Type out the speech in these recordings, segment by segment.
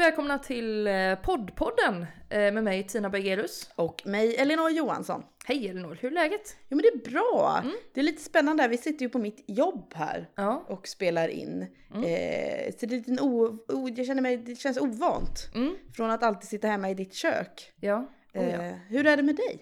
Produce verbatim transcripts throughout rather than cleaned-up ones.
välkomna till poddpodden med mig Tina Bergerus. Och mig Elinor Johansson. Hej Elinor, hur är läget? Jo men det är bra. Mm. Det är lite spännande. Vi sitter ju på mitt jobb här Ja. och spelar in. Mm. Eh, så det är lite o, o, jag känner mig, det känns ovant. Mm. Från att alltid sitta hemma i ditt kök. Ja. Oh, ja. Eh, hur är det med dig?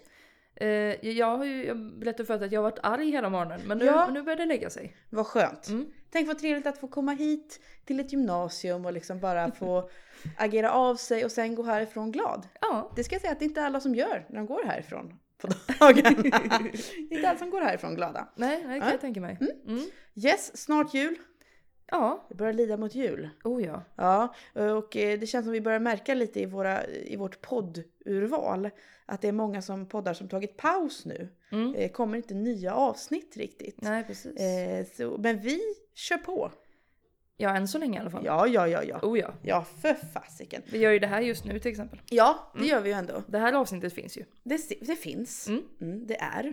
Eh, jag har ju jag berättade förut att jag har varit arg hela morgonen. Men nu, Ja. nu börjar det lägga sig. Vad skönt. Mm. Tänk vad trevligt att få komma hit till ett gymnasium och liksom bara få agera av sig och sen gå härifrån glad. Ja. Det ska jag säga att det är inte alla som gör när de går härifrån på dagarna. Det är inte alla som går härifrån glada. Nej, nej, det kan Ja. jag tänka mig. Mm. Mm. Yes, snart jul. Ja. Det börjar lida mot jul. Oh ja. Ja, och det känns som vi börjar märka lite i, våra, i vårt poddurval att det är många som poddar som tagit paus nu. Mm. Det kommer inte nya avsnitt riktigt. Nej, precis. Eh, så, men vi kör på. Ja, än så länge i alla fall. Ja, ja, ja, ja. Oh ja. Ja, för fasiken. Vi gör ju det här just nu till exempel. Ja, det Mm. gör vi ju ändå. Det här avsnittet finns ju. Det, det finns. Mm. Mm, det är.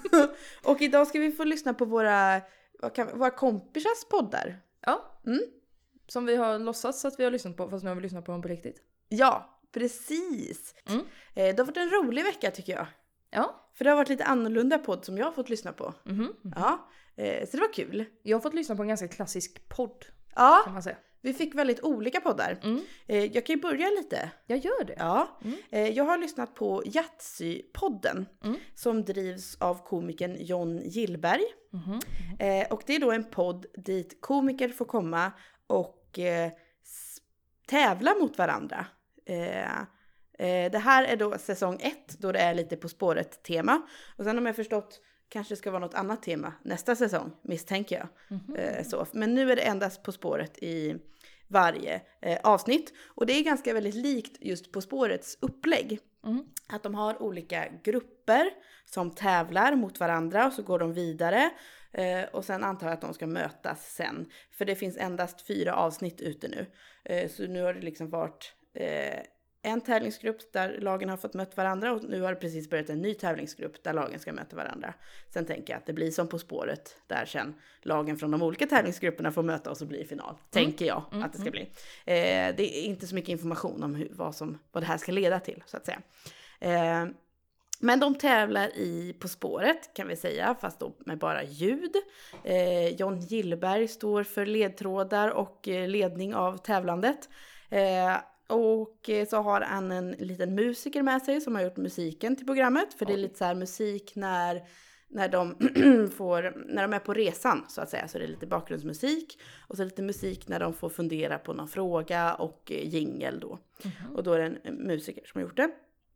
Och idag ska vi få lyssna på våra, vad kan, våra kompisars poddar. Ja. Mm. Som vi har låtsats att vi har lyssnat på, fast nu har vi lyssnat på dem på riktigt. Ja, precis. Mm. Eh, det har varit en rolig vecka tycker jag. Ja. För det har varit lite annorlunda podd som jag har fått lyssna på. Mhm. Ja, eh, så det var kul. Jag har fått lyssna på en ganska klassisk podd, Ja, kan man säga. vi fick väldigt olika poddar. Mm. Eh, jag kan ju börja lite. Jag gör det. Ja, Mm. eh, jag har lyssnat på Yatzy-podden Mm. som drivs av komikern John Gillberg. Mhm. Eh, och det är då en podd dit komiker får komma och eh, s- tävla mot varandra. Eh, eh, det här är då säsong ett då det är lite På spåret-tema. Och sen om jag förstått kanske det ska vara något annat tema nästa säsong, misstänker jag. Mhm. Eh, så. Men nu är det endast På spåret i varje eh, avsnitt. Och det är ganska väldigt likt just På spårets upplägg. Mm. Att de har olika grupper som tävlar mot varandra och så går de vidare. Eh, och sen antar jag att de ska mötas sen. För det finns endast fyra avsnitt ute nu. Eh, så nu har det liksom varit eh, en tävlingsgrupp där lagen har fått möta varandra. Och nu har det precis börjat en ny tävlingsgrupp där lagen ska möta varandra. Sen tänker jag att det blir som På spåret. Där sen lagen från de olika tävlingsgrupperna får möta och så blir det final. Mm. Tänker jag Mm, att det ska bli. Eh, det är inte så mycket information om hur, vad, som, vad det här ska leda till så att säga. Eh, men de tävlar i På spåret kan vi säga, fast då med bara ljud. Eh, John Gillberg står för ledtrådar och eh, ledning av tävlandet. Eh, och eh, så har han en liten musiker med sig som har gjort musiken till programmet. För det är lite så här musik när, när, de får, när de är på resan så att säga. Så det är lite bakgrundsmusik och så lite musik när de får fundera på någon fråga och eh, jingle då. Mhm. Och då är det en musiker som har gjort det.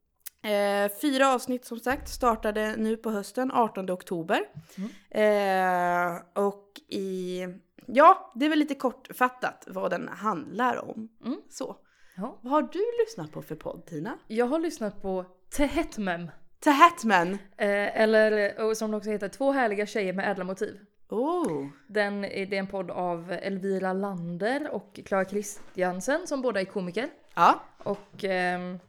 Eh, fyra avsnitt som sagt startade nu på hösten, artonde oktober. Mm. Eh, och i, ja, det är väl lite kortfattat vad den handlar om. Mm. Så. Ja. Vad har du lyssnat på för podd, Tina? Jag har lyssnat på Tehetmem. The Hatman. Eh, eller och som det också heter, Två härliga tjejer med ädla motiv. Oh. Den, är- det är en podd av Elvira Lander och Clara Kristiansen som båda är komiker. Ja. Och ehm,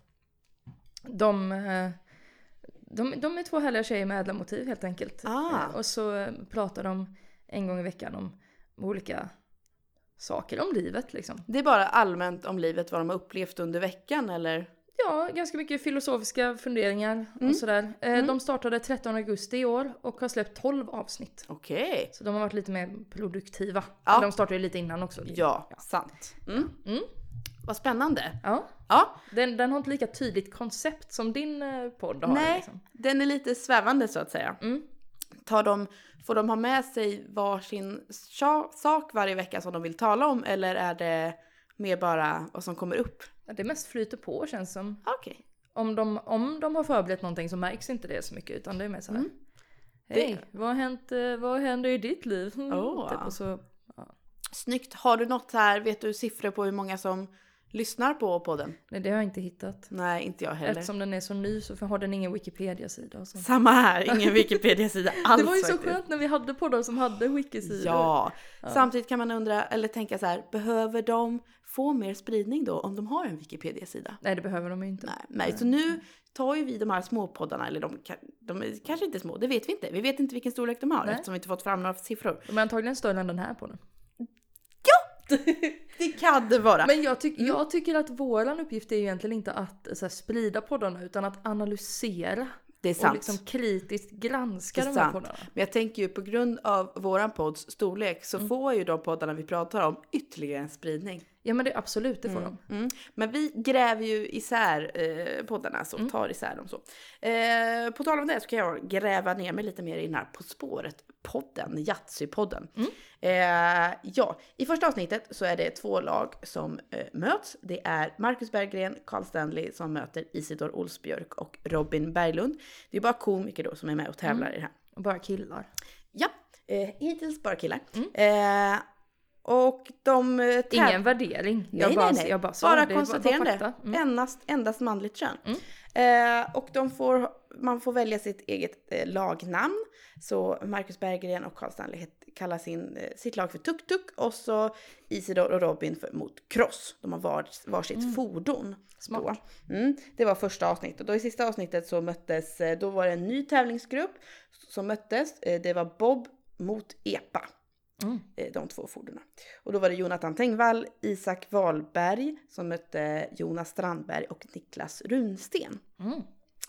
de, eh, de, de är två härliga tjejer med ädla motiv helt enkelt. Ah. Eh, och så eh, pratar de en gång i veckan om olika saker om livet liksom. Det är bara allmänt om livet, vad de har upplevt under veckan, eller? Ja, ganska mycket filosofiska funderingar Mm. och sådär. Eh, Mm. De startade trettonde augusti i år och har släppt tolv avsnitt. Okej. Så de har varit lite mer produktiva. Ja. De startade ju lite innan också. Ja, sant. Mm. Mm. Vad spännande. Ja. Ja, Den, den har inte lika tydligt koncept som din eh, podd har. nej, Liksom. den är lite svävande så att säga. Mm. Tar de, får de ha med sig varsin sa- sak varje vecka som de vill tala om, eller är det mer bara vad som kommer upp? Det mest flyter på känns som. Okej. Om de, om de har förberett någonting så märks inte det så mycket utan det är mer så här. Mm. Hej, vad, har hänt, eh, vad händer i ditt liv? Mm, Åh. typ, och så, Snyggt. Har du något här, vet du siffror på hur många som lyssnar på podden? nej, det har jag inte hittat. Nej, inte jag heller. Eftersom den är så ny så har den ingen Wikipedia-sida. Och så. Samma här, ingen Wikipedia-sida alls. Det var ju så faktiskt. skönt när vi hade poddar som hade wiki-sidor. Ja. Ja. Samtidigt kan man undra, eller tänka så här, behöver de få mer spridning då om de har en Wikipedia-sida? Nej, det behöver de ju inte. Nej, nej. Så nu tar ju vi de här småpoddarna, eller de, kan- de är kanske inte små, det vet vi inte. Vi vet inte vilken storlek de har Nej. eftersom vi inte fått fram några siffror. De är antagligen större än den här podden. Det kan det vara. Men jag, tyck, jag tycker att våran uppgift är ju egentligen inte att så här, sprida poddarna utan att analysera. Det är sant. Och liksom kritiskt granska de här sant. poddarna. Men jag tänker ju på grund av våran podds storlek så mm. får ju de poddarna vi pratar om ytterligare en spridning. Ja men det absolut, det får mm. de. Mm. Men vi gräver ju isär eh, poddarna, så mm. tar isär dem så. Eh, på tal om det så kan jag gräva ner mig lite mer i den här På spåret-podden, Yatzy-podden. Mm. Eh, ja, i första avsnittet så är det två lag som eh, möts. Det är Marcus Berggren, Carl Stanley som möter Isidor Olsbjörk och Robin Berglund. Det är bara komiker då som är med och tävlar mm. i det här. Och bara killar. Ja, eh, hittills bara killar. Mm. Eh, Och de täv- Ingen värdering. Nej, jag bara, nej, nej. Jag bara, bara det konstaterande. Mm. Endast, endast manligt kön. Mm. Eh, och de får, man får välja sitt eget eh, lagnamn. Så Marcus Berggren och Carl Stanley kallar sin, eh, sitt lag för Tuk Tuk. Och så Isidor och Robin för, mot Cross. De har var, varsitt mm. fordon. Smart. Mm. Det var första avsnittet. Och då i sista avsnittet så möttes, då var det en ny tävlingsgrupp som möttes. Eh, det var Bob mot Epa. Mm. De två fordonen. Och då var det Jonathan Tengvall, Isak Wahlberg som mötte Jonas Strandberg och Niklas Runsten. Mm.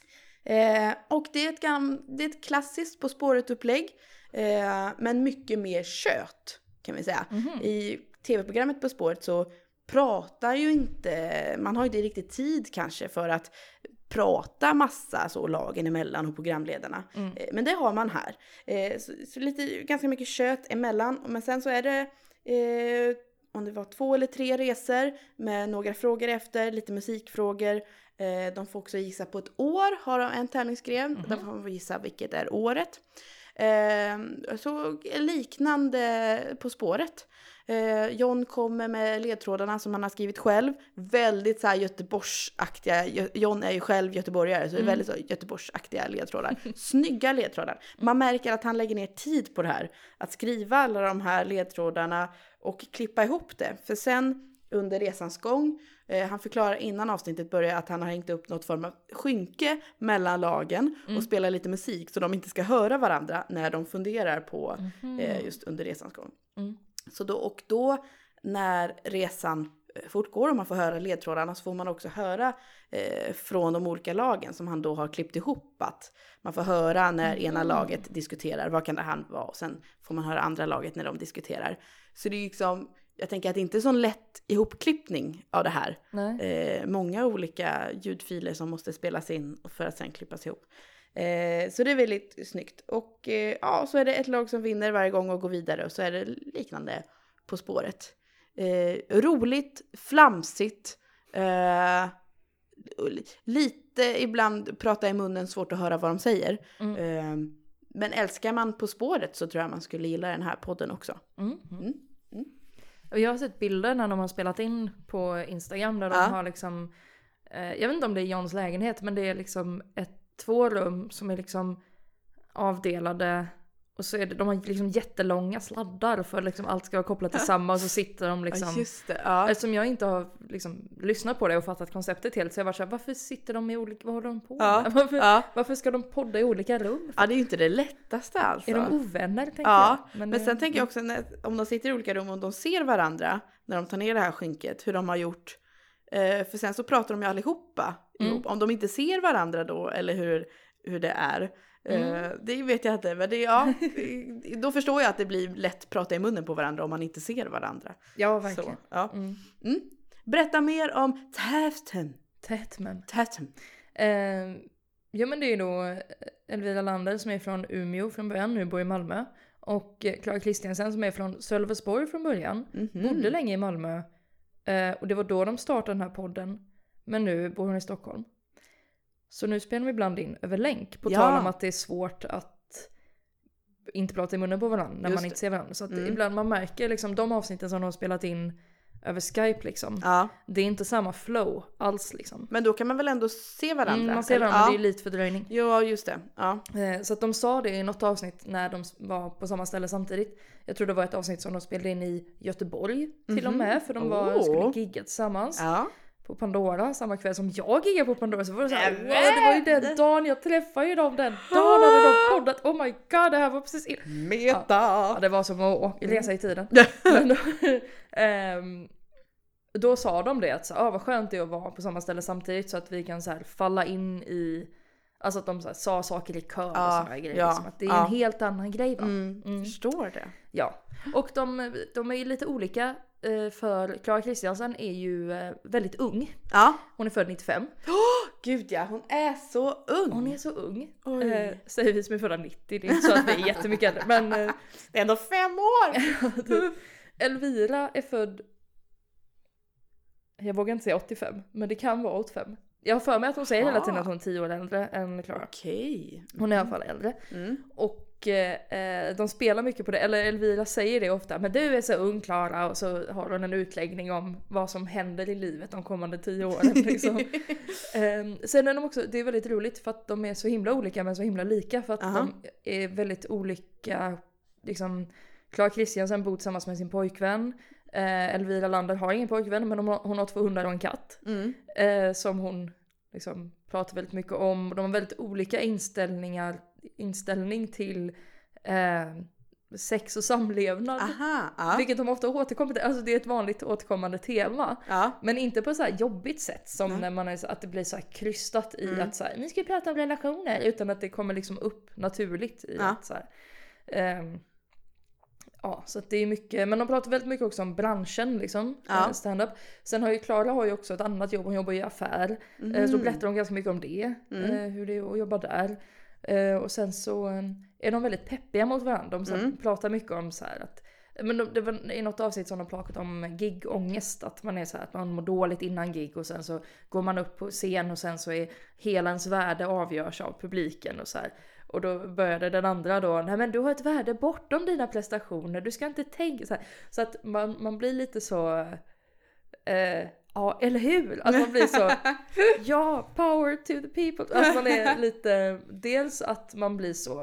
Eh, och det är, ett gam- det är ett klassiskt På spåret-upplägg. Eh, men mycket mer kött kan vi säga. Mm. I tv-programmet På spåret så pratar ju inte, man har ju inte riktigt tid kanske för att prata massa så lagen emellan och programledarna. Mm. Eh, men det har man här. Eh, så, så lite, ganska mycket kött emellan. Men sen så är det eh, om det var två eller tre resor med några frågor efter, lite musikfrågor. Eh, de får också gissa på ett år, har de en tävlingsgren. Mm. Där får man gissa vilket är året. Eh, så liknande På spåret. Eh, John kommer med ledtrådarna som han har skrivit själv. Väldigt så här Göteborgsaktiga. John är ju själv göteborgare så det är väldigt så Göteborgsaktiga ledtrådar. Snygga ledtrådar. Man märker att han lägger ner tid på det här. Att skriva alla de här ledtrådarna och klippa ihop det. För sen under resans gång, eh, han förklarar innan avsnittet börjar att han har hängt upp något form av skynke mellan lagen mm. och spelar lite musik så de inte ska höra varandra när de funderar på mm. eh, just under resans gång. Mm. Så då, och då när resan fortgår och man får höra ledtrådarna så får man också höra eh, från de olika lagen som han då har klippt ihop att man får höra när mm. ena laget diskuterar, vad kan det här vara, och sen får man höra andra laget när de diskuterar. Så det är liksom, jag tänker att det inte är sån lätt ihopklippning av det här. Eh, många olika ljudfiler som måste spelas in för att sen klippas ihop. Eh, så det är väldigt snyggt. Och eh, ja, så är det ett lag som vinner varje gång och går vidare. Och så är det liknande På spåret. Eh, roligt, flamsigt. Eh, lite ibland prata i munnen, svårt att höra vad de säger. Mm. Eh, men älskar man På spåret så tror jag man skulle gilla den här podden också. Mm. Mm. Mm. Och jag har sett bilder när de har spelat in på Instagram där de ja. har liksom, eh, jag vet inte om det är Johns lägenhet, men det är liksom ett två rum som är liksom avdelade och så är det, de har liksom jättelånga sladdar för liksom allt ska vara kopplat till samma och så sitter de liksom, ja, just det, ja. Eftersom jag inte har liksom lyssnat på det och fattat konceptet helt så jag var så här, varför sitter de i olika, vad håller de på ja, med? Varför, ja. varför ska de podda i olika rum? Ja, det är ju inte det lättaste alltså. Är de ovänner tänker ja, jag? Men, men sen det, tänker jag också när, om de sitter i olika rum och de ser varandra när de tar ner det här skynket, hur de har gjort. Eh, för sen så pratar de ju allihopa mm. ihop. Om de inte ser varandra då eller hur hur det är. Mm. Uh, det vet jag inte. Men det, ja, då förstår jag att det blir lätt prata i munnen på varandra om man inte ser varandra. Ja, verkligen. Så, ja. Mm. Mm. Berätta mer om Tätmen. Tätmen. Tätmen. Uh, ja, men det är ju då Elvira Lander som är från Umeå från början, nu bor i Malmö. Och Clara Kristiansen som är från Sölvesborg från början. Mm-hmm. Bodde länge i Malmö. Uh, och det var då de startade den här podden. Men nu bor hon i Stockholm. Så nu spelar vi ibland in över länk. På ja. tal om att det är svårt att inte prata i munnen på varandra när Just man inte ser varandra. Så att mm. ibland man märker liksom de avsnitten som de har spelat in över Skype liksom. Ja. Det är inte samma flow alls liksom. Men då kan man väl ändå se varandra? Mm, man ser varandra, ja. Men det är lite fördröjning. Ja, just det. Ja. Så att de sa det i något avsnitt när de var på samma ställe samtidigt. Jag tror det var ett avsnitt som de spelade in i Göteborg till mm-hmm. och med. För de var, oh. skulle gigga tillsammans. Ja. på Pandora samma kväll som jag giggade på Pandora. Så var det så här, wow, det var ju den dagen, jag träffade ju dem den dagen hade de poddat. Oh my god, det här var precis in. Meta! Ja, det var som att resa i tiden. Men då, um, då sa de det att så, ah, vad skönt det är att vara på samma ställe samtidigt så att vi kan så här falla in i, alltså att de så här, sa saker i kör och ja, såna grejer. Ja, liksom, att det är ja. en helt annan grej va? Mm, mm. Förstår det. Ja, och de, de är ju lite olika. För Clara Kristiansen är ju väldigt ung. Ja. Hon är född nittiofem. Oh, gud ja, hon är så ung. Hon är så ung. Eh, säger vi som är födda nittio. Det är inte så att vi är jättemycket äldre. Men eh, det är ändå fem år. Elvira är född, jag vågar inte säga åttiofem. Men det kan vara åttiofem. Jag har för mig att hon säger hela tiden att hon är tio år äldre än Clara. Okej. Mm. Hon är i alla fall äldre. Mm. Och eh, de spelar mycket på det. Eller Elvira säger det ofta. Men du är så ung, Clara. Och så har hon en utläggning om vad som händer i livet de kommande tio åren. Liksom. eh, sen är de också, det är väldigt roligt för att de är så himla olika men så himla lika. För att uh-huh. de är väldigt olika. Liksom, Clara Kristiansen bor tillsammans med sin pojkvän. Eh, Elvira Lander har ingen pojkvän men hon har, hon har två hundar och en katt. Mm. Eh, som hon liksom pratar väldigt mycket om. De har väldigt olika inställningar, inställning till eh, sex och samlevnad. Aha, ja. Vilket de ofta återkommer till. Alltså det är ett vanligt återkommande tema. Ja. Men inte på så här jobbigt sätt som mm. när man är, att det blir så här krystat i mm. att så här, nu ska vi prata om relationer. Utan att det kommer liksom upp naturligt i ja. att så här, eh, ja, så att det är mycket, men de pratar väldigt mycket också om branschen liksom, ja. stand-up. Sen har ju Clara har ju också ett annat jobb, hon jobbar i affär. Mm. Så berättar de ganska mycket om det, mm. hur det är att jobba där. Och sen så är de väldigt peppiga mot varandra. De så mm. pratar mycket om så här att, men de, det var i något avsnitt som de pratat om gigångest, att man är så här att man mår dåligt innan gig och sen så går man upp på scen och sen så är hela ens värde avgörs av publiken och så här. Och då började den andra då, nej men du har ett värde bortom dina prestationer, du ska inte tänka så här. Så att man, man blir lite så, eh, ja eller hur? Att man blir så, ja, power to the people. Att man är lite, dels att man blir så,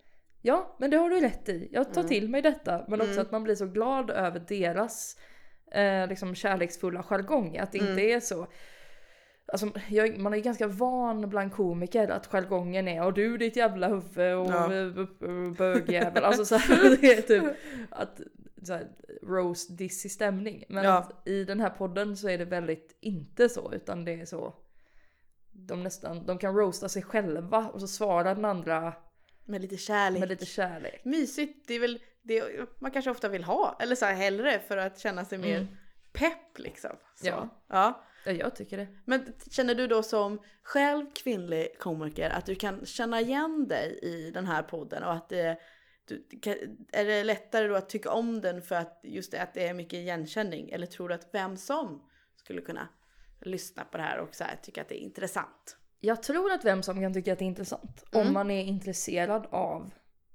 ja men det har du rätt i, jag tar till mig detta. Men också mm. att man blir så glad över deras eh, liksom kärleksfulla jargong. Att det mm. inte är så. Alltså, jag, man är ju ganska van bland komiker att jargongen är och du ditt jävla huvud och ja. bögjävel. Alltså så här, det är typ att, så här, roast dissig stämning. Men ja. att i den här podden så är det väldigt inte så, utan det är så de nästan, de kan roasta sig själva och så svarar den andra med lite kärlek. Med lite kärlek. Mysigt, det är väl det man kanske ofta vill ha. Eller så här hellre för att känna sig mer mm. pepp liksom. Så. Ja. ja. Ja, jag tycker det. Men känner du då som själv kvinnlig komiker att du kan känna igen dig i den här podden och att det, du, är det lättare då att tycka om den för att just det, att det är mycket igenkänning? Eller tror du att vem som skulle kunna lyssna på det här och så här, tycka att det är intressant? Jag tror att vem som kan tycka att det är intressant mm. om man är intresserad av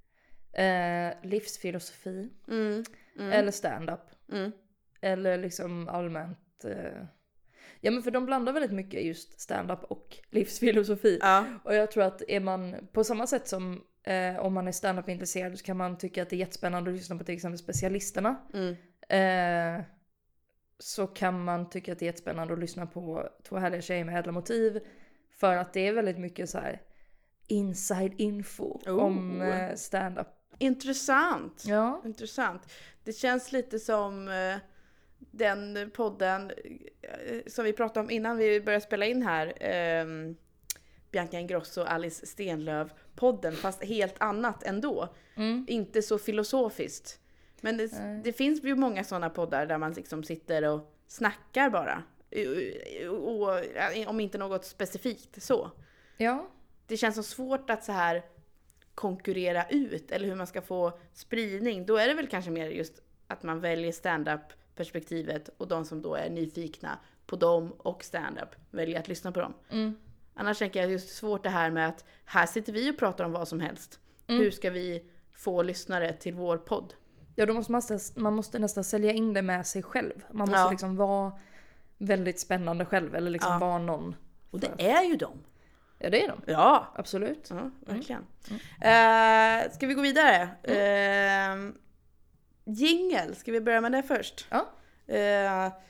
eh, livsfilosofi mm. Mm. eller stand-up mm. eller liksom allmänt eh, ja men för de blandar väldigt mycket just stand-up och livsfilosofi. Ja. Och jag tror att är man på samma sätt som eh, om man är stand-up intresserad så kan man tycka att det är jättespännande att lyssna på till exempel specialisterna. Mm. Eh, så kan man tycka att det är jättespännande att lyssna på två härliga tjejer med ädla motiv. För att det är väldigt mycket så här inside info oh. om eh, stand-up. Intressant. Ja. Intressant. Det känns lite som eh, den podden eh, som vi pratade om innan vi började spela in här. Eh, Bianca Ingrosso och Alice Stenlöf podden, fast helt annat ändå. Mm. Inte så filosofiskt. Men det, det finns ju många sådana poddar där man liksom sitter och snackar bara. Och, och, om inte något specifikt så. Ja. Det känns så svårt att så här konkurrera ut eller hur man ska få spridning. Då är det väl kanske mer just att man väljer stand-up-perspektivet och de som då är nyfikna på dem och stand-up väljer att lyssna på dem. Mm. Annars tänker jag just svårt det här med att här sitter vi och pratar om vad som helst. Mm. Hur ska vi få lyssnare till vår podd? Ja, då måste man, man måste nästan sälja in det med sig själv. Man måste ja. liksom vara väldigt spännande själv eller liksom ja. vara någon. Och det är ju de. Ja, det är de. Ja. Absolut. Ja, verkligen. Mm. Uh, ska vi gå vidare? Mm. Uh, jingle, ska vi börja med det först? Ja. Uh,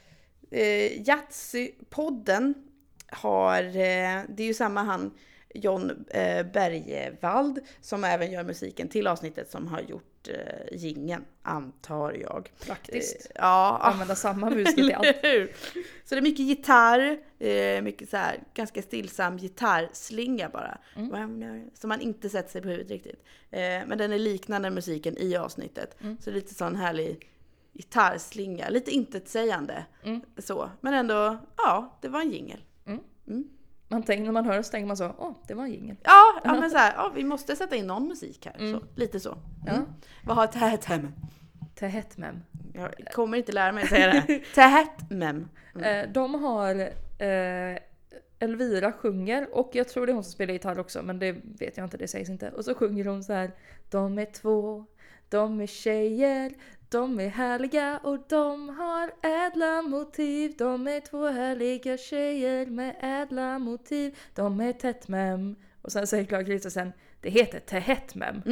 eh, Yatzy-podden har, eh, det är ju samma han, John eh, Bergevald, som även gör musiken till avsnittet, som har gjort eh, jingeln, antar jag. Praktiskt. Eh, ja. Använda samma musik till allt. Så det är mycket gitarr, eh, mycket så här, ganska stillsam gitarrslinga bara. Mm. Som man inte sätter sig på huvudet riktigt. Eh, men den är liknande musiken i avsnittet. Mm. Så lite sån härlig gitarrslinga, lite intetsägande. Mm. Så. Men ändå, ja, det var en jingel. Mm. Mm. Man tänker, när man hör så tänker man så, åh, det var en jingel. Ja, ja men så här, ja, vi måste sätta in någon musik här. Mm. Så, lite så. Mm. Ja. Vad har Tehetmem? Tehetmem. Jag kommer inte lära mig att säga det. Tehetmem. Mm. Eh, de har eh, Elvira sjunger, och jag tror det är hon som spelar gitarr också, men det vet jag inte, det sägs inte. Och så sjunger hon så här: de är två, de är tjejer, de är härliga och de har ädla motiv. De är två härliga tjejer med ädla motiv. De är Tehetmem. Och sen säger Clara Kristensen, det heter Tehetmem.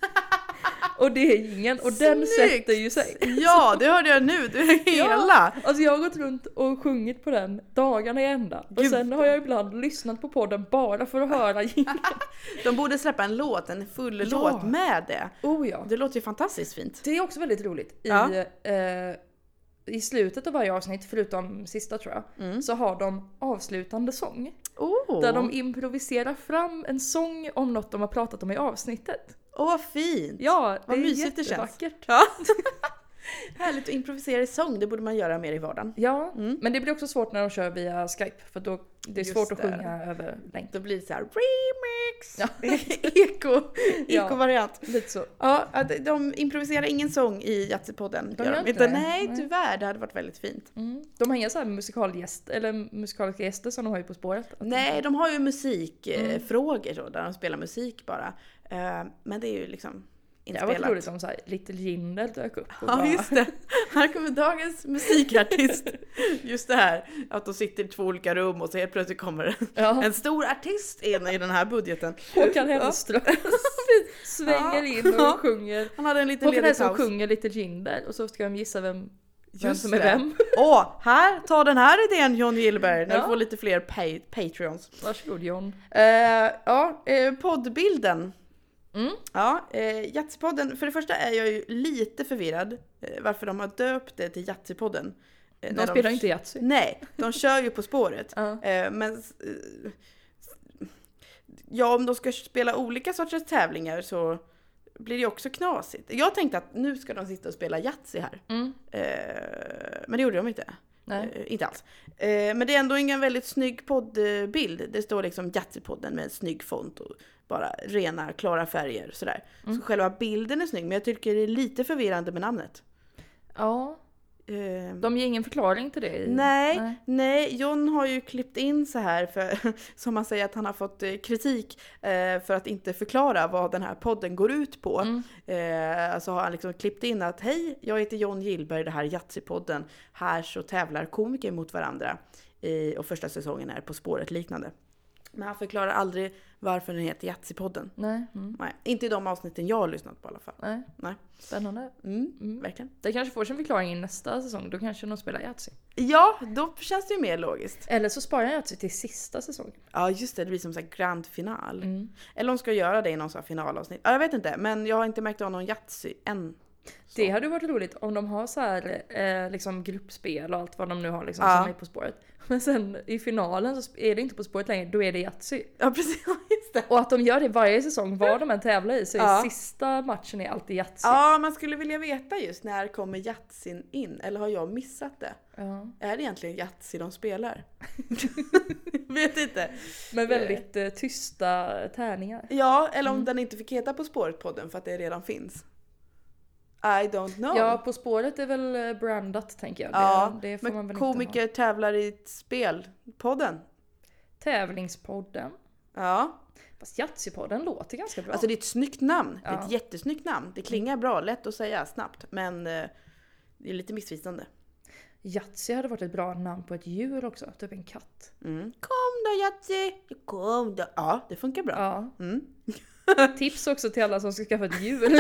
Och det är ingen, och den Snyggt. Sätter ju sig. Ja, det hörde jag nu, du är hela. Ja, alltså jag har gått runt och sjungit på den dagarna i ända. Och Gud. Sen har jag ibland lyssnat på podden bara för att höra jingeln. De borde släppa en låt, en full Ja. låt med det. Oh ja. Det låter ju fantastiskt fint. Det är också väldigt roligt. I, Ja. eh, i slutet av varje avsnitt, förutom sista tror jag, mm. så har de avslutande sång. Oh. Där de improviserar fram en sång om något de har pratat om i avsnittet. Åh, vad fint. Ja, det vad är mysigt det känns. jättevackert. Ja. Härligt att improvisera i sång, det borde man göra mer i vardagen. Ja, mm. men det blir också svårt när de kör via Skype, för då det är Just svårt det. att sjunga över länk. Då blir det så här remix. Ja. Eko. Ja. Eko-variant. Lite så. Ja, de improviserar ingen sång i Yatzy-podden. De gör gör de inte inte. det. Nej, Nej. tyvärr. Det hade varit väldigt fint. Mm. De har inga så här musikalgäst, eller musikaliska gäster som de har ju På spåret. Nej, de har ju musikfrågor mm. där de spelar musik bara. Men det är ju liksom inspelat. Det var roligt om så här, Little Jinder dök upp. Och ja, bara... just det. Här kommer dagens musikartist. Just det här, att de sitter i två olika rum och så helt plötsligt kommer ja. en stor artist in i den här budgeten. Håkan Hellström svänger in och sjunger. Han hade en liten Håkan ledig Hellström paus. sjunger Little Jinder, och så ska de gissa vem, vem Just som är det. vem. Åh, här, ta den här idén John Gillberg, när Ja. du får lite fler pay- Patreons. Varsågod John. Uh, ja, uh, poddbilden. Mm. Ja, uh, Yatzy-podden. För det första är jag ju lite förvirrad uh, varför de har döpt det till Yatzy-podden. Uh, De när spelar inte Yatzy. Nej, de kör ju På spåret. Ja. Uh, men uh, ja, om de ska spela olika sorters tävlingar så blir det också knasigt. Jag tänkte att nu ska de sitta och spela Yatzy här. Mm. Uh, men det gjorde de inte. Nej. Uh, inte alls. Uh, men det är ändå ingen väldigt snygg poddbild. Det står liksom Yatzy-podden med en snygg font och bara rena, klara färger. Sådär. Mm. Så själva bilden är snygg, men jag tycker det är lite förvirrande med namnet. Ja. Uh, De ger ingen förklaring till det. I... nej, nej, nej. John har ju klippt in så här, för, som man säger att han har fått eh, kritik eh, för att inte förklara vad den här podden går ut på. Mm. Eh, så har han liksom klippt in att hej, jag heter John Gillberg, det här är Yatzy-podden. Här så tävlar komiker mot varandra. I, och första säsongen är På spåret liknande. Men han förklarar aldrig varför den heter Yatzy-podden. Nej. Mm. Nej. Inte i de avsnitten jag har lyssnat på i alla fall. Nej. Nej. Spännande. Mm, mm. Verkligen. Det kanske får sin förklaring i nästa säsong. Då kanske de spelar Yatzy. Ja, då känns det ju mer logiskt. Eller så sparar jag Yatzy till sista säsongen. Ja, just det. Det blir som så här grand final. Mm. Eller de ska göra det i någon sån här finalavsnitt. Ja, jag vet inte. Men jag har inte märkt av någon Yatzy än. Så. Det hade varit roligt om de har så här eh, liksom gruppspel och allt vad de nu har liksom, ja. som är På spåret. Men sen i finalen så är det inte På spåret längre, då är det Yatzy. Ja, precis. Just det. Och att de gör det varje säsong, vad de än tävlar i, så ja. är sista matchen är alltid Yatzy. Ja, man skulle vilja veta just när kommer Yatzyn in. Eller har jag missat det? Ja. Är det egentligen Yatzy de spelar? Vet inte. Men väldigt eh, tysta tärningar. Ja, eller om mm. den inte fick heta På spåret-podden för att det redan finns. I don't know. Ja, På spåret är väl brandat, tänker jag. Ja, det, det får men man väl komiker inte tävlar i ett spel. Podden. ha. Tävlingspodden. Ja. Fast Yatzy-podden låter ganska bra. Alltså det är ett snyggt namn. Ja. Det är ett jättesnyggt namn. Det klingar bra, lätt att säga snabbt. Men eh, det är lite missvisande. Yatzy hade varit ett bra namn på ett djur också. Typ en katt. Mm. Kom då Yatzy! Kom då. Ja, det funkar bra. Ja. Mm. Tips också till alla som ska skaffa ett djur.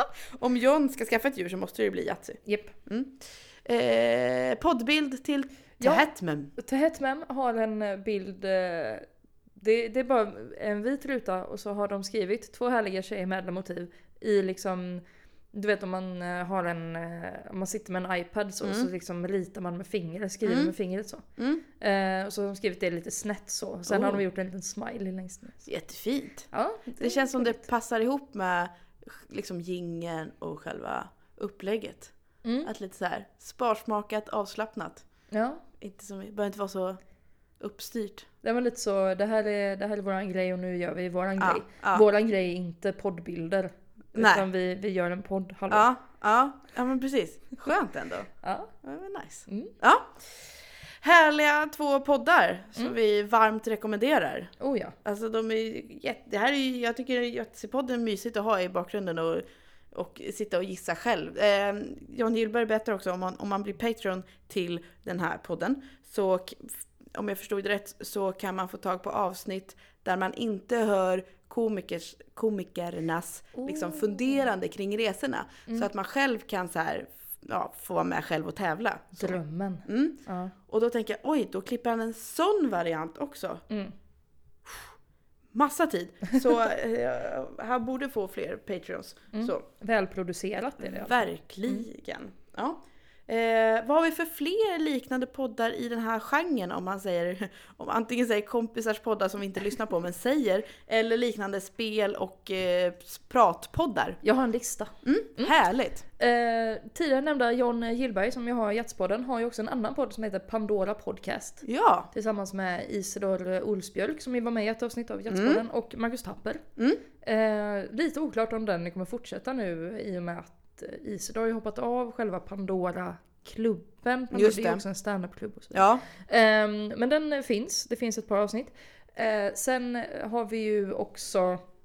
Om John ska skaffa ett djur så måste det bli Yatzy. Japp. Mm. Eh, poddbild till Tehetmem. Ja, Tehetmem har en bild, det, det är bara en vit ruta och så har de skrivit två härliga tjejer med ädla motiv i liksom, du vet om man har en, om man sitter med en iPad så, mm. så liksom ritar man med fingret, skriver mm. med fingret så. Mm. Eh, och så har de skrivit det lite snett så. Sen oh. har de gjort en liten smiley längst ner. Jättefint. Ja, det, det känns som det passar ihop med liksom jingeln och själva upplägget. Mm. Att lite så här sparsmakat, avslappnat. Ja. Inte som, det behöver inte vara så uppstyrt. Det var lite så, det här är, det här är våran grej och nu gör vi våran ja, grej. Ja. Våran grej är inte poddbilder. Nej. Utan vi, vi gör en podd. Hallå. Ja, ja, ja, men precis. Skönt ändå. Ja. Det var nice. Mm. Ja. Härliga två poddar som mm. vi varmt rekommenderar. Oh ja. Alltså de är jätte, det här är ju, jag tycker Götze-podden är mysigt att ha i bakgrunden och, och sitta och gissa själv. Eh, Jan Gillberg berättar också om man, om man blir Patreon till den här podden så, om jag förstod det rätt, så kan man få tag på avsnitt där man inte hör komikers, komikernas oh. liksom funderande kring resorna. Mm. Så att man själv kan så här, ja, få vara med själv och tävla. Så. Drömmen. Mm. Ja. Och då tänker jag, oj, då klipper han en sån variant också. Mm. Massa tid. Så eh, han borde få fler Patreons. Mm. Så. Välproducerat är det. Verkligen. Mm. Ja. Eh, vad har vi för fler liknande poddar i den här genren, om man säger, om antingen säger kompisars poddar som vi inte lyssnar på men säger, eller liknande spel och eh, pratpoddar? Jag har en lista. Mm, mm. Härligt. Eh, tidigare nämnda Jon Gillberg som jag har i Jetspodden har ju också en annan podd som heter Pandora Podcast. Ja. Tillsammans med Isidor Olsbjörk som ju var med i ett avsnitt av Jetspodden mm. och Marcus Tapper. Mm. Eh, lite oklart om den kommer fortsätta nu i och med att Isidor har ju hoppat av själva Pandora-klubben. Pandora, Just det. det är också en stand-up-klubb och så. Ja. Um, men den finns. Det finns ett par avsnitt. Uh, sen har vi ju också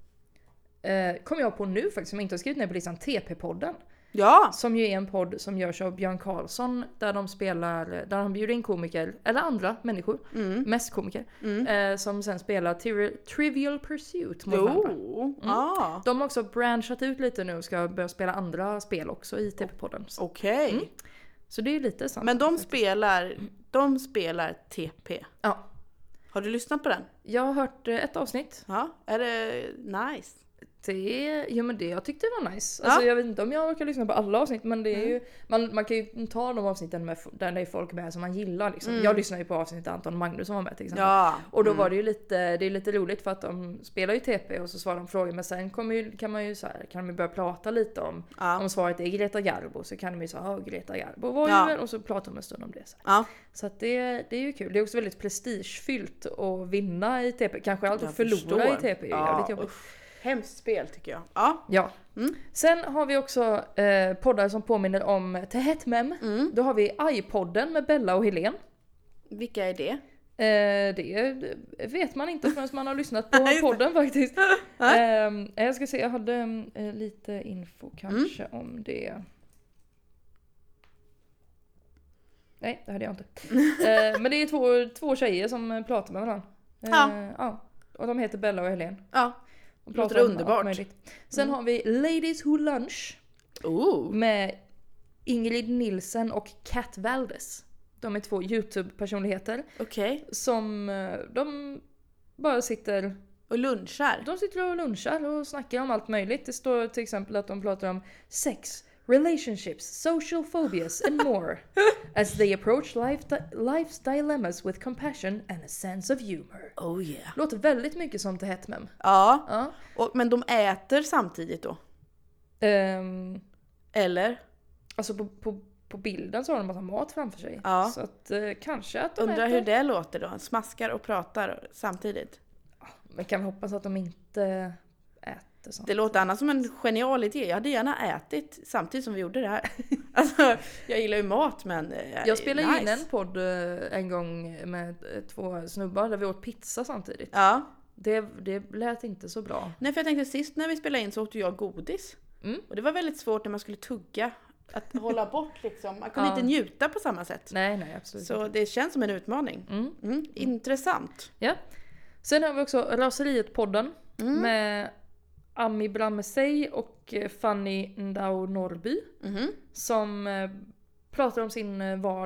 uh, kom jag på nu faktiskt, som jag inte har skrivit ner på listan, T P-podden. Ja. Som ju är en podd som görs av Björn Karlsson där de spelar, där han bjuder in komiker eller andra människor, mm. mest komiker, mm. eh, som sen spelar tri- Trivial Pursuit mot varandra. Mm. Ah. De har också branchat ut lite nu och ska börja spela andra spel också i T P-podden. Okej. Okay. Mm. Så det är lite sant. Men de spelar, de spelar T P? Ja. Har du lyssnat på den? Jag har hört ett avsnitt. Ja, är det nice? Det, ja men det jag tyckte det var nice. Alltså ja. Jag vet inte om jag orkar lyssna på alla avsnitt, men det är mm. ju, man, man kan ju ta de avsnitten med, där det är folk med som man gillar liksom. Mm. Jag lyssnade ju på avsnittet Anton Magnusson var med till exempel. Ja. Och då mm. var det ju lite, det är lite roligt för att de spelar ju T P och så svarar de frågor, men sen kommer ju, kan man ju så här, kan man börja prata lite om, ja. om svaret är Greta Garbo, så kan de ju säga, ja Greta Garbo var ju ja. väl, och så pratar de en stund om det. Så, ja. så att det, det är ju kul. Det är också väldigt prestigefyllt att vinna i T P. Kanske allt att förlora förstår. i T P är ju ja. jävligt jobbigt. Hemskt spel tycker jag. Ja. Ja. Mm. Sen har vi också eh, poddar som påminner om Tehetmem. Mm. Då har vi iPodden med Bella och Helen. Vilka är det? Eh, det vet man inte förrän man har lyssnat på podden faktiskt. eh, jag ska se, jag hade eh, lite info kanske mm. om det. Nej, det hade jag inte. eh, men det är två, två tjejer som pratar med varandra. Eh, ja. ja. Och de heter Bella och Helen. Ja. Och det låter underbart. Sen mm. har vi Ladies Who Lunch. Oh. Med Ingrid Nilsen och Kat Valdes. De är två YouTube-personligheter. Okej. Okay. Som de bara sitter och lunchar. De sitter och lunchar och snackar om allt möjligt. Det står till exempel att de pratar om sex, relationships, social phobias and more. As they approach life di- life's dilemmas with compassion and a sense of humor. Oh yeah. Låter väldigt mycket som Tehetmem. Ja. ja. Och, men de äter samtidigt då? Um, Eller? Alltså på, på, på bilden så har de massa mat framför sig. Ja. Så att eh, kanske att de undrar äter. hur det låter då. Smaskar och pratar samtidigt. Men kan vi hoppas att de inte äter sånt. Det låter annars som en genial idé. Jag hade gärna ätit samtidigt som vi gjorde det här. Alltså, jag gillar ju mat men... Eh, jag spelade nice. in en podd eh, en gång med två snubbar där vi åt pizza samtidigt. Ja. Det, det lät inte så bra. Nej, för jag tänkte sist när vi spelade in så åt jag godis. Mm. Och det var väldigt svårt när man skulle tugga. Att hålla bort liksom. Man kunde ja. inte njuta på samma sätt. Nej, nej, absolut Så inte. det känns som en utmaning. Mm. Mm. Intressant. Ja. Sen har vi också Raseriet-podden. Mm. Med Ami Brammesey och Fanny Ndau Norby. Mm. Som pratar om sin vardag.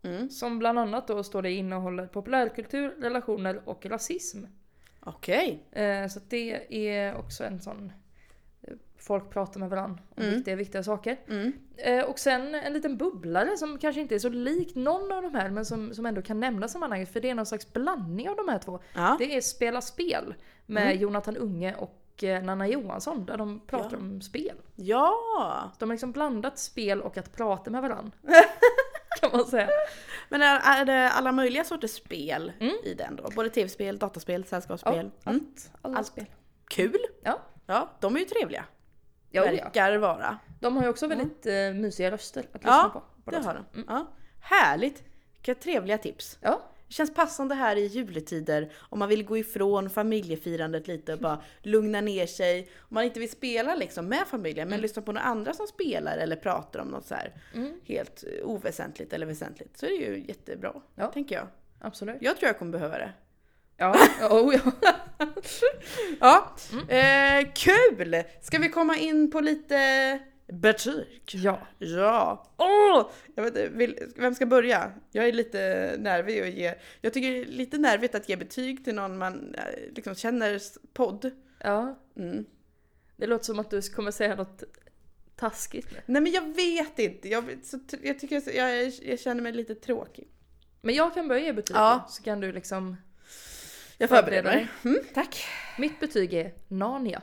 Mm. Som bland annat då står det innehåller populärkultur, relationer och rasism. Okej. Eh, så att det är också en sån... Folk pratar med varandra om Mm. viktiga, viktiga saker. Mm. Eh, och sen en liten bubblare som kanske inte är så lik någon av de här, men som, som ändå kan nämnas i sammanhanget, för det är någon slags blandning av de här två. Ja. Det är Spela spel med Mm. Jonathan Unge och eh, Nanna Johansson, där de pratar Ja. om spel. Ja. De har liksom blandat spel och att prata med varandra. Kan man säga. Men är, är det alla möjliga sorters spel Mm. i den då? Både tv-spel, dataspel, sällskapsspel? Ja, Mm. allt, alla Allt. spel. Kul! Ja. Ja, de är ju trevliga. Ja, ja. Verkar vara. De har ju också väldigt eh, mysiga röster att lyssna Ja, på. på det dem. har de. Mm. Ja. Härligt! Vilka trevliga tips. Ja. Det känns passande här i juletider om man vill gå ifrån familjefirandet lite och bara lugna ner sig. Om man inte vill spela liksom med familjen men Mm. lyssna på några andra som spelar eller pratar om något så här Mm. helt oväsentligt eller väsentligt, så är det ju jättebra, Ja. tänker jag. Absolut. Jag tror jag kommer behöva det. Ja, oh, ja. Ja, Mm. eh, kul! Ska vi komma in på lite betyg? Ja. Ja. Åh! Jag vet inte, vill, vem ska börja? Jag är lite nervig att ge. Jag tycker det är lite nervigt att ge betyg till någon man eh, liksom känner podd. Ja. Mm. Det låter som att du kommer säga något taskigt nu. Nej men jag vet inte. Jag, så, jag tycker jag, jag, jag känner mig lite tråkig. Men jag kan börja ge betyg Ja. då, så kan du liksom... Jag förbereder Förbereder mig. Mm, tack. Mitt betyg är Narnia.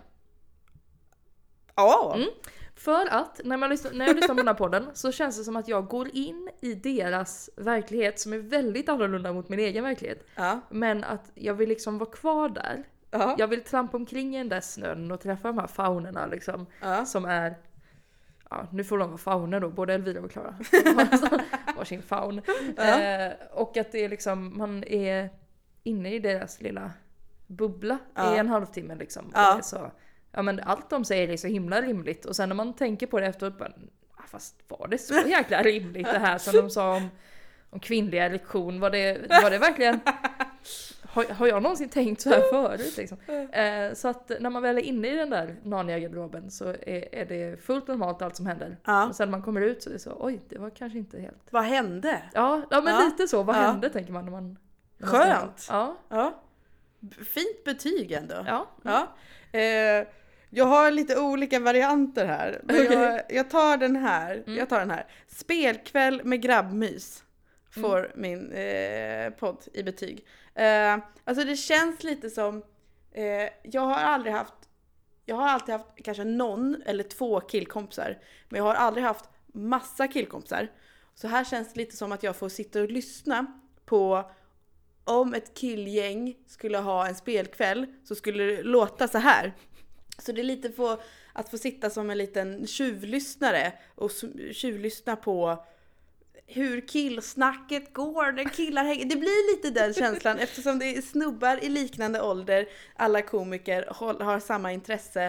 Ja. Mm. För att när, man lyssnar, när jag lyssnar på den här podden så känns det som att jag går in i deras verklighet som är väldigt annorlunda mot min egen verklighet. Ja. Men att jag vill liksom vara kvar där. Ja. Jag vill trampa omkring i den där snön och träffa de här faunerna liksom. Ja. Som är... Ja, nu får de vara fauner då, både Elvira och Klara. Varsin faun. Ja. Eh, och att det är liksom, man är inne i deras lilla bubbla Ja. i en halvtimme liksom. Ja. Och det är så, ja men allt de säger är så himla rimligt. Och sen när man tänker på det efteråt, bara, ah, fast var det så jäkla rimligt det här som de sa om, om kvinnliga lektion? Var det, var det verkligen... Har, har jag någonsin tänkt så här förut liksom? Eh, så att när man väl är inne i den där Narnia-garderoben så är, är det fullt normalt allt som händer. Ja. Och sen när man kommer ut så är det så, oj, det var kanske inte helt... Vad hände? Ja, ja men Ja. lite så. Vad Ja. hände tänker man när man... när man Skönt. står där. Ja. Ja. Fint betyg ändå. Ja. Ja. Eh, jag har lite olika varianter här. Men Okej. jag, jag tar den här. Mm. Jag tar den här. Spelkväll med grabbmys. Får Mm. min eh, podd i betyg. Eh, alltså det känns lite som... Eh, jag har aldrig haft... Jag har alltid haft kanske någon eller två killkompisar. Men jag har aldrig haft massa killkompisar. Så här känns det lite som att jag får sitta och lyssna på... Om ett killgäng skulle ha en spelkväll så skulle det låta så här. Så det är lite få, att få sitta som en liten tjuvlyssnare och tjuvlyssna på hur killsnacket går, när killar hänger. Det blir lite den känslan eftersom det är snubbar i liknande ålder. Alla komiker har samma intresse,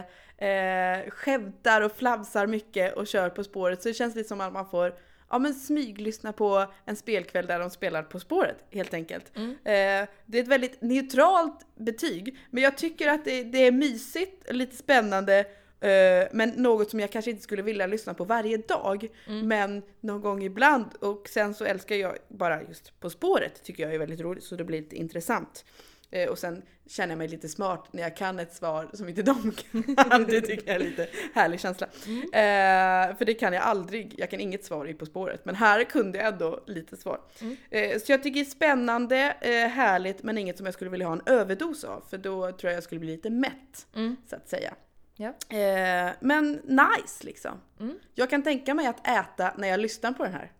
eh, skämtar och flabsar mycket och kör På spåret. Så det känns lite som att man får ja, men smyglyssna på en spelkväll där de spelar På spåret, helt enkelt. Mm. Eh, det är ett väldigt neutralt betyg, men jag tycker att det, det är mysigt, lite spännande, eh, men något som jag kanske inte skulle vilja lyssna på varje dag, Mm. men någon gång ibland. Och sen så älskar jag bara just På spåret, tycker jag är väldigt roligt, så det blir lite intressant. Eh, och sen känner jag mig lite smart när jag kan ett svar som inte de kan. Det tycker jag är lite härlig känsla. Mm. Eh, för det kan jag aldrig. Jag kan inget svar i På spåret. Men här kunde jag ändå lite svar. Mm. Eh, så jag tycker det är spännande, eh, härligt, men inget som jag skulle vilja ha en överdos av. För då tror jag jag skulle bli lite mätt, Mm. så att säga. Ja. Eh, men nice liksom. Mm. Jag kan tänka mig att äta när jag lyssnar på den här.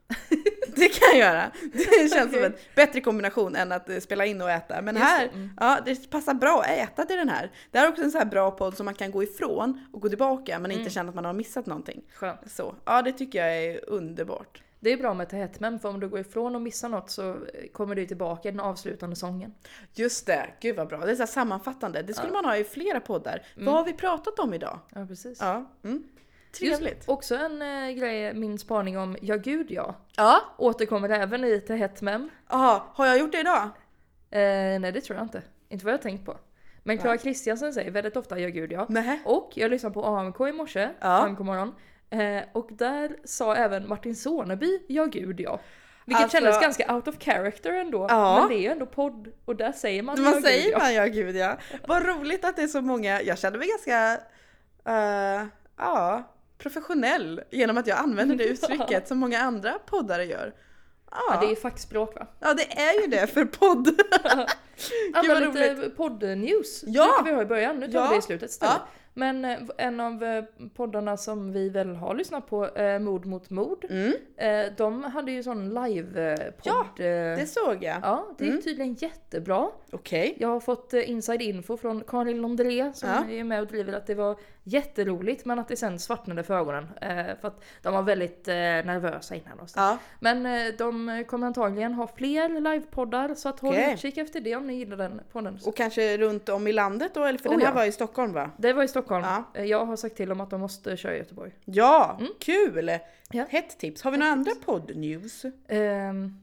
Det kan jag göra. Det känns som en bättre kombination än att eh, spela in och äta. Men Just här, det, mm. ja, det passar bra att äta till den här. Det här är också en så här bra podd som man kan gå ifrån och gå tillbaka, men inte Mm. känna att man har missat någonting. Skönt. Så, ja, det tycker jag är underbart. Det är bra med Tahetmen, för om du går ifrån och missar något så kommer du tillbaka i den avslutande sången. Just det, gud vad bra. Det är så här sammanfattande. Det skulle Ja. man ha i flera poddar. Mm. Vad har vi pratat om idag? Ja, precis. Ja, mm. Trevligt. Just, också en äh, grej, min spaning om Ja gud ja. Ja, Återkommer även i Tahetmen. aha, har jag gjort det idag? Eh, nej, det tror jag inte. Inte vad jag har tänkt på. Men Clara Nej. Kristiansen säger väldigt ofta Ja gud ja. Nej. Och jag lyssnade på A M K i morse, Ja. A M K morgon. Eh, och där sa även Martin Soneby Ja gud ja. Vilket Alltså- kändes ganska out of character ändå. Ja. Men det är ju ändå podd och där säger man Man ja, säger gud, ja. man ja gud ja. Vad roligt att det är så många, jag kände mig ganska, uh, ja, professionell genom att jag använder det uttrycket som många andra poddare gör. Ja, Ja, det är fackspråk va? ja det är ju det för podd. Ja, Gud, vad men lite roligt. podd-news. Ja. Det kan vi ha i början, nu tar Ja. vi det i slutet istället. Ja. Men eh, en av eh, poddarna som vi väl har lyssnat på, eh, Mord mot mord, Mm, eh, de hade ju sån live-podd. Ja, eh, det såg jag. ja, det är Mm. tydligen jättebra. Okej. Jag har fått eh, inside info från Karin Londré som Ja. är med och driver att det var jätteroligt men att det sen svartnade för ögonen. Eh, för att de var väldigt eh, nervösa innan och så. Ja, Men eh, de kommer antagligen ha fler livepoddar så att håll Okej. utkik efter det om ni gillar den podden. och kanske runt om i landet då, eller för Oh, den här ja. var i Stockholm va? Det var i Stockholm. Ja. Eh, Jag har sagt till dem att de måste köra i Göteborg. Ja, Mm. kul! Ja. Hett tips. Har vi några andra podd-news? Ehm,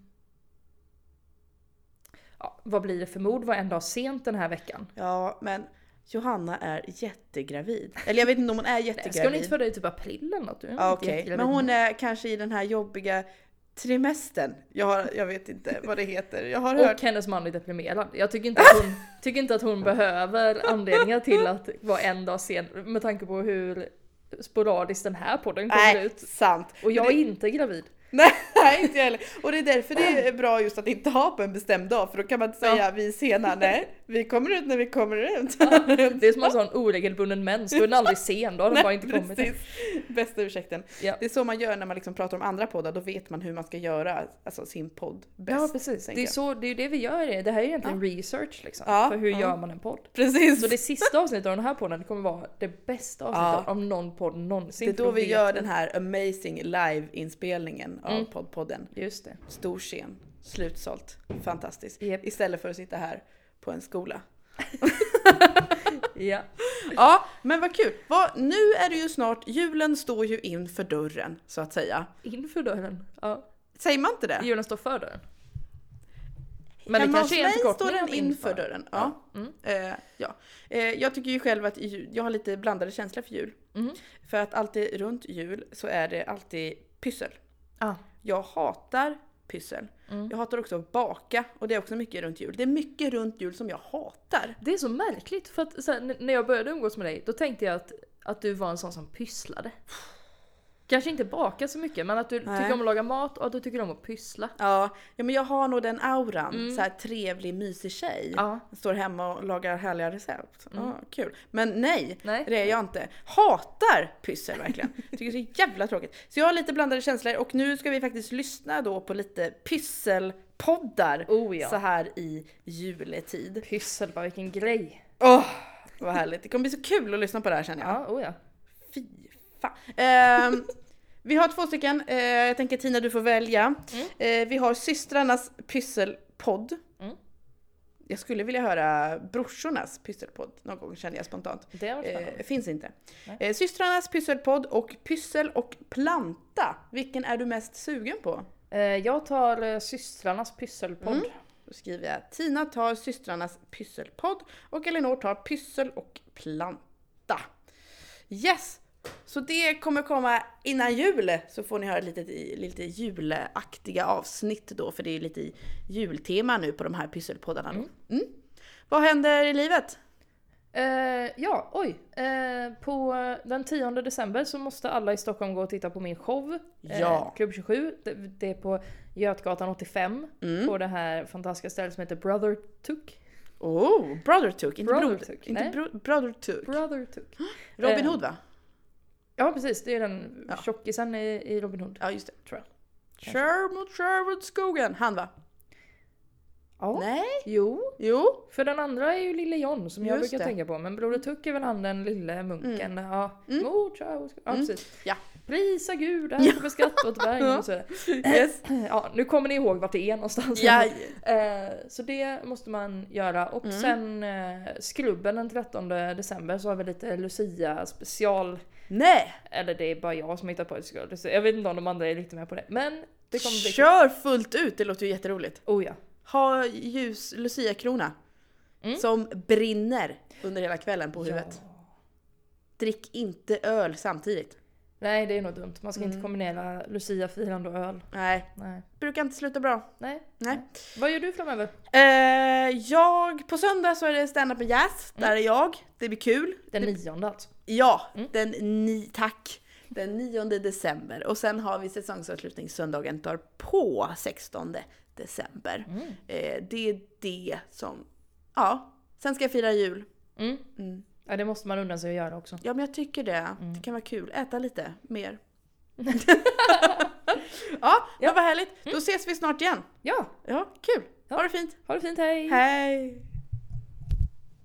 ja, vad blir det för mord? Var en dag sent den här veckan. Ja, men Johanna är jättegravid. Eller jag vet inte om hon är Nej, jättegravid. ska hon inte föda i typ april eller något? Du är Ja, inte okej. jättegravid Men hon nu. är kanske i den här jobbiga trimestern. Jag, har, jag vet inte vad det heter. Jag har hört. Och hennes man är deprimerad. Jag tycker inte, att hon, tycker inte att hon behöver anledningar till att vara en dag sen med tanke på hur sporadiskt den här podden kommer Nej, ut. sant. Och jag det, är inte gravid. Nej, inte jag heller. Och det är därför det är bra just att inte ha på en bestämd dag. För då kan man inte säga Ja. vi är sena. Nej, vi kommer ut när vi kommer ut. Det är som en sån oregelbunden mens. Då är den aldrig sen. Då har den bara inte kommit. Precis. Bästa ursäkten. Ja. Det är så man gör när man liksom pratar om andra poddar. Då vet man hur man ska göra alltså, sin podd bäst. Ja precis, det tänker är, jag. så, det är ju det vi gör. Det här är egentligen research liksom. Ja, För hur ja. gör man en podd. Precis. Så det sista avsnittet av den här podden kommer vara det bästa avsnittet Ja. av någon podd någonsin. Det är för då då vi vet gör den här amazing live-inspelningen av Mm. poddpodden. Just det. Stor scen, slutsålt, fantastiskt. Japp. Istället för att sitta här på en skola. Ja. Ja, men vad kul. Vad, nu är det ju snart, julen står ju inför dörren så att säga. Inför dörren. Ja. Säger man inte det? Julen står för dörren. Men Hemma det kanske hos är en mig förkortning står den av inför dörren. Ja. Ja. Mm. Eh, ja. Eh, jag tycker ju själv att jul, jag har lite blandade känslor för jul. Mm. För att alltid runt jul så är det alltid pyssel. Ah. Jag hatar pyssel. Mm. Jag hatar också att baka och det är också mycket runt jul. Det är mycket runt jul som jag hatar. Det är så märkligt för att så här, n- när jag började umgås med dig då tänkte jag att, att du var en sån som pysslade. Kanske inte baka så mycket men att du Nej. tycker om att laga mat och att du tycker om att pyssla. Ja, ja men jag har nog den auran. Mm. Så här trevlig, mysig tjej. Ja. Står hemma och lagar härliga recept. Mm. Ja, kul. Men nej, Nej. det är jag inte. Hatar pyssel verkligen. Tycker det är så jävla tråkigt. Så jag har lite blandade känslor och nu ska vi faktiskt lyssna då på lite pysselpoddar. Oh ja. Så här i juletid. Pyssel, bara vilken grej. Åh, vad härligt. Det kommer bli så kul att lyssna på det här känner jag. Ja, oh ja. Fy fan. Ehm, vi har två stycken. Eh, jag tänker Tina du får välja. Mm. Eh, vi har systrarnas pysselpodd. Mm. Jag skulle vilja höra brorsornas pysselpodd någon gång känner jag spontant. Det var spännande. Eh, finns inte. Nej. Eh, systrarnas pysselpodd och pyssel och planta. Vilken är du mest sugen på? Eh, jag tar eh, systrarnas pysselpodd. Mm. Då skriver jag Tina tar systrarnas pysselpodd och Elinor tar pyssel och planta. Yes! Så det kommer komma innan jul så får ni höra lite, lite julaktiga avsnitt då för det är lite jultema nu på de här pysselpoddarna. Då. Mm. Vad händer i livet? Eh, ja, oj. Eh, på den tionde december så måste alla i Stockholm gå och titta på min show. Eh, Ja. Klubb tjugosju. Det, det är på Götgatan åttiofem. Mm. På det här fantastiska stället som heter Brother Took. Oh, Brother Took. Inte, Brother bror, Took, inte nej. bro, Brother Took. Brother Took. Robin Eh, Hood va? Ja, precis. Det är den Ja. tjockisen i, i Robin Hood. Ja, just det. Tror jag. Kör mot Sherwoodskogen. Han va? Ja. Nej. Jo. Jo. För den andra är ju Lille John som jag Just brukar det. tänka på. Men Broder Tuck är väl han den lille munken. Ja, Mm. mot Charles. Ja, Mm. precis. Ja. Prisa Gud, här kommer skatt åt bergen och så. Yes. Ja, nu kommer ni ihåg vart det är någonstans. Ja. Eh, så det måste man göra. Och Mm. sen eh, Skrubben den trettonde december så har vi lite Lucia special. Nej. Eller det är bara jag som hittar på det. Jag vet inte om de andra är lite med på det. Men det kommer bli kul. Kör fullt ut. Det låter ju jätteroligt. Oh ja. Ha ljus Lucia-krona. Mm. Som brinner under hela kvällen på huvudet. Ja. Drick inte öl samtidigt. Nej, det är nog dumt. Man ska Mm. inte kombinera Lucia-firande och öl. Nej, Nej. brukar inte sluta bra. Nej. Nej. Vad gör du framöver? Eh, jag, på söndag så är det stand-up med jazz. Mm. Där är jag. Det blir kul. Den nionde alltså. Ja, Mm. den ni, tack. Den nionde december. Och sen har vi säsongsavslutning söndagen tar på sextonde december. Mm. Eh, det är det som, ja. Sen ska jag fira jul. Mm. Mm. Ja, det måste man unna sig att göra också. Ja, men jag tycker det. Mm. Det kan vara kul. Äta lite mer. Ja, men vad härligt. Då ses vi snart igen. Ja, Ja, kul. Ha det fint. ha det fint, hej! Hej!